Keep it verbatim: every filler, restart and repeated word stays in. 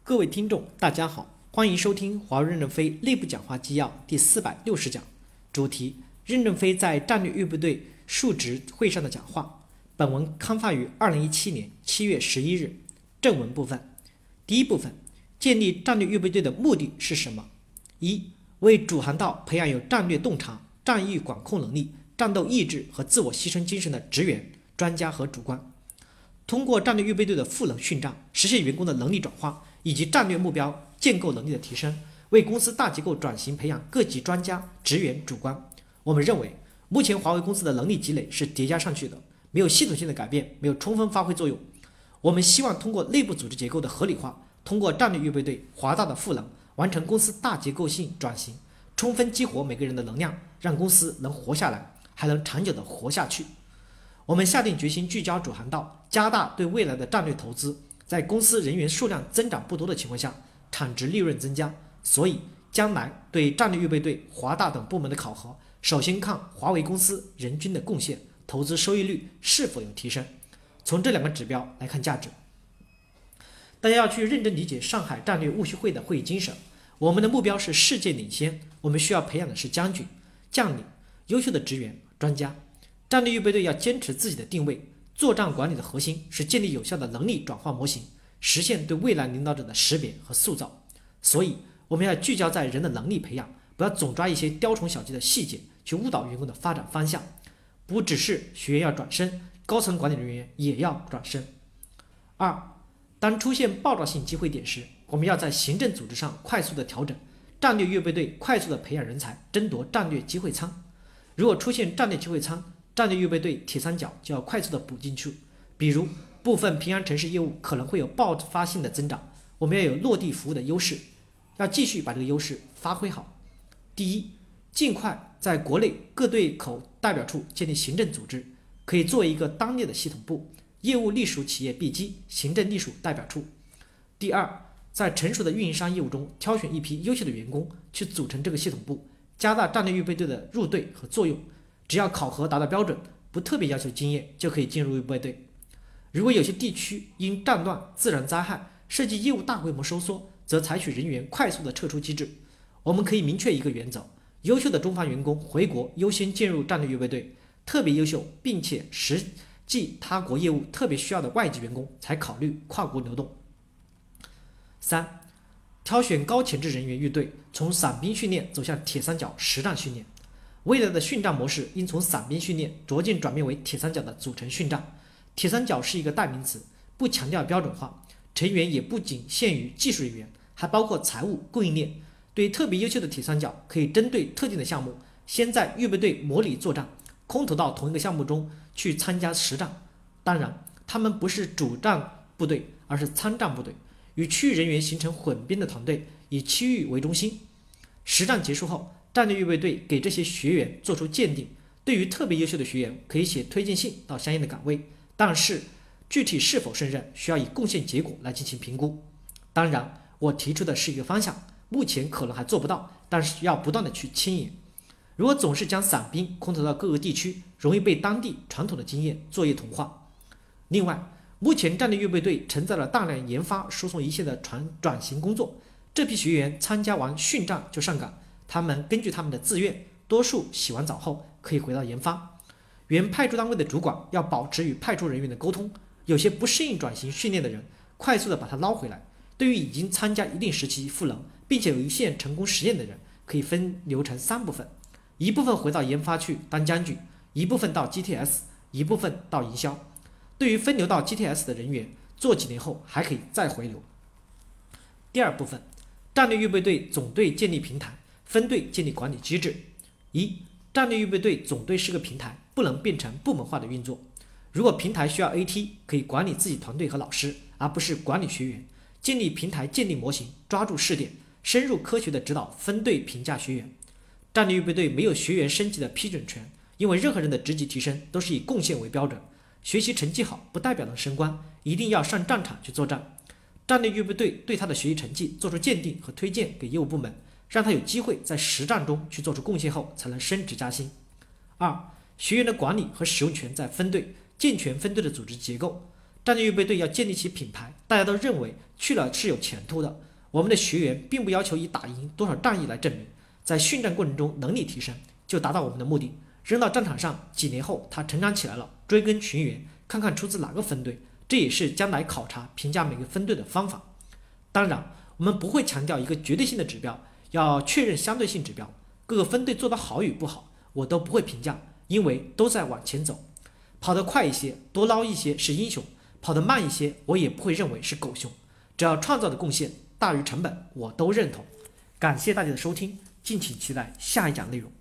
各位听众，大家好，欢迎收听华为任正非内部讲话纪要第四百六十讲，主题：任正非在战略预备队述职会上的讲话。本文刊发于二零一七年七月十一日。正文部分，第一部分，建立战略预备队的目的是什么？一、为主航道培养有战略洞察、战役管控能力、战斗意志和自我牺牲精神的职员、专家和主官。通过战略预备队的赋能训战，实现员工的能力转化以及战略目标建构能力的提升，为公司大结构转型培养各级专家、职员、主官。我们认为，目前华为公司的能力积累是叠加上去的，没有系统性的改变，没有充分发挥作用。我们希望通过内部组织结构的合理化，通过战略预备队华大的赋能，完成公司大结构性转型，充分激活每个人的能量，让公司能活下来，还能长久的活下去。我们下定决心聚焦主航道，加大对未来的战略投资，在公司人员数量增长不多的情况下，产值利润增加。所以将来对战略预备队、华大等部门的考核，首先看华为公司人均的贡献、投资收益率是否有提升，从这两个指标来看价值。大家要去认真理解上海战略务虚会的会议精神。我们的目标是世界领先，我们需要培养的是将军、将领、优秀的职员、专家。战略预备队要坚持自己的定位，作战管理的核心是建立有效的能力转化模型，实现对未来领导者的识别和塑造。所以我们要聚焦在人的能力培养，不要总抓一些雕虫小技的细节去误导员工的发展方向。不只是学员要转身，高层管理人员也要转身。二，当出现爆炸性机会点时，我们要在行政组织上快速的调整，战略预备队快速的培养人才，争夺战略机会舱。如果出现战略机会舱，战略预备队铁三角就要快速的补进去。比如部分平阳城市业务可能会有爆发性的增长，我们要有落地服务的优势，要继续把这个优势发挥好。第一，尽快在国内各对口代表处建立行政组织，可以作为一个单列的系统部，业务隶属企业 B 机，行政隶属代表处。第二，在成熟的运营商业务中挑选一批优秀的员工去组成这个系统部，加大战略预备队的入队和作用。只要考核达到标准，不特别要求经验，就可以进入预备队。如果有些地区因战乱、自然灾害涉及业务大规模收缩，则采取人员快速的撤出机制。我们可以明确一个原则：优秀的中方员工回国优先进入战略预备队，特别优秀并且实际他国业务特别需要的外籍员工才考虑跨国流动。三，挑选高潜质人员预队，从伞兵训练走向铁三角实战训练。未来的训战模式应从伞兵训练逐渐转变为铁三角的组成训战。铁三角是一个代名词，不强调标准化，成员也不仅限于技术人员，还包括财务、供应链。对特别优秀的铁三角，可以针对特定的项目，先在预备队模拟作战，空投到同一个项目中去参加实战。当然，他们不是主战部队，而是参战部队，与区域人员形成混编的团队，以区域为中心。实战结束后，战略预备队给这些学员做出鉴定，对于特别优秀的学员可以写推荐信到相应的岗位，但是具体是否胜任需要以贡献结果来进行评估。当然，我提出的是一个方向，目前可能还做不到，但是要不断的去牵引。如果总是将伞兵空投到各个地区，容易被当地传统的经验作业同化。另外，目前战略预备队承载了大量研发输送一线的转转型工作，这批学员参加完训战就上岗，他们根据他们的自愿，多数洗完澡后可以回到研发。原派驻单位的主管要保持与派驻人员的沟通，有些不适应转型训练的人，快速的把他捞回来。对于已经参加一定时期赋能，并且有一线成功实验的人，可以分流成三部分：一部分回到研发去当将军，一部分到 G T S， 一部分到营销。对于分流到 G T S 的人员，做几年后还可以再回流。第二部分，战略预备队总队建立平台，分队建立管理机制。一，战略预备队总队是个平台，不能变成部门化的运作。如果平台需要 A T， 可以管理自己团队和老师，而不是管理学员。建立平台，建立模型，抓住试点，深入科学的指导分队评价学员。战略预备队没有学员升级的批准权，因为任何人的职级提升都是以贡献为标准，学习成绩好不代表能升官，一定要上战场去作战。战略预备队对他的学习成绩做出鉴定和推荐给业务部门，让他有机会在实战中去做出贡献后才能升职加薪。二，学员的管理和使用权在分队，健全分队的组织结构。 战略预备队要建立起品牌，大家都认为去了是有前途的。我们的学员并不要求以打赢多少战役来证明，在训战过程中能力提升，就达到我们的目的。扔到战场上，几年后他成长起来了，追根寻源，看看出自哪个分队，这也是将来考察评价每个分队的方法。当然，我们不会强调一个绝对性的指标，要确认相对性指标。各个分队做得好与不好，我都不会评价，因为都在往前走。跑得快一些，多捞一些是英雄；跑得慢一些，我也不会认为是狗熊。只要创造的贡献大于成本，我都认同。感谢大家的收听，敬请期待下一讲内容。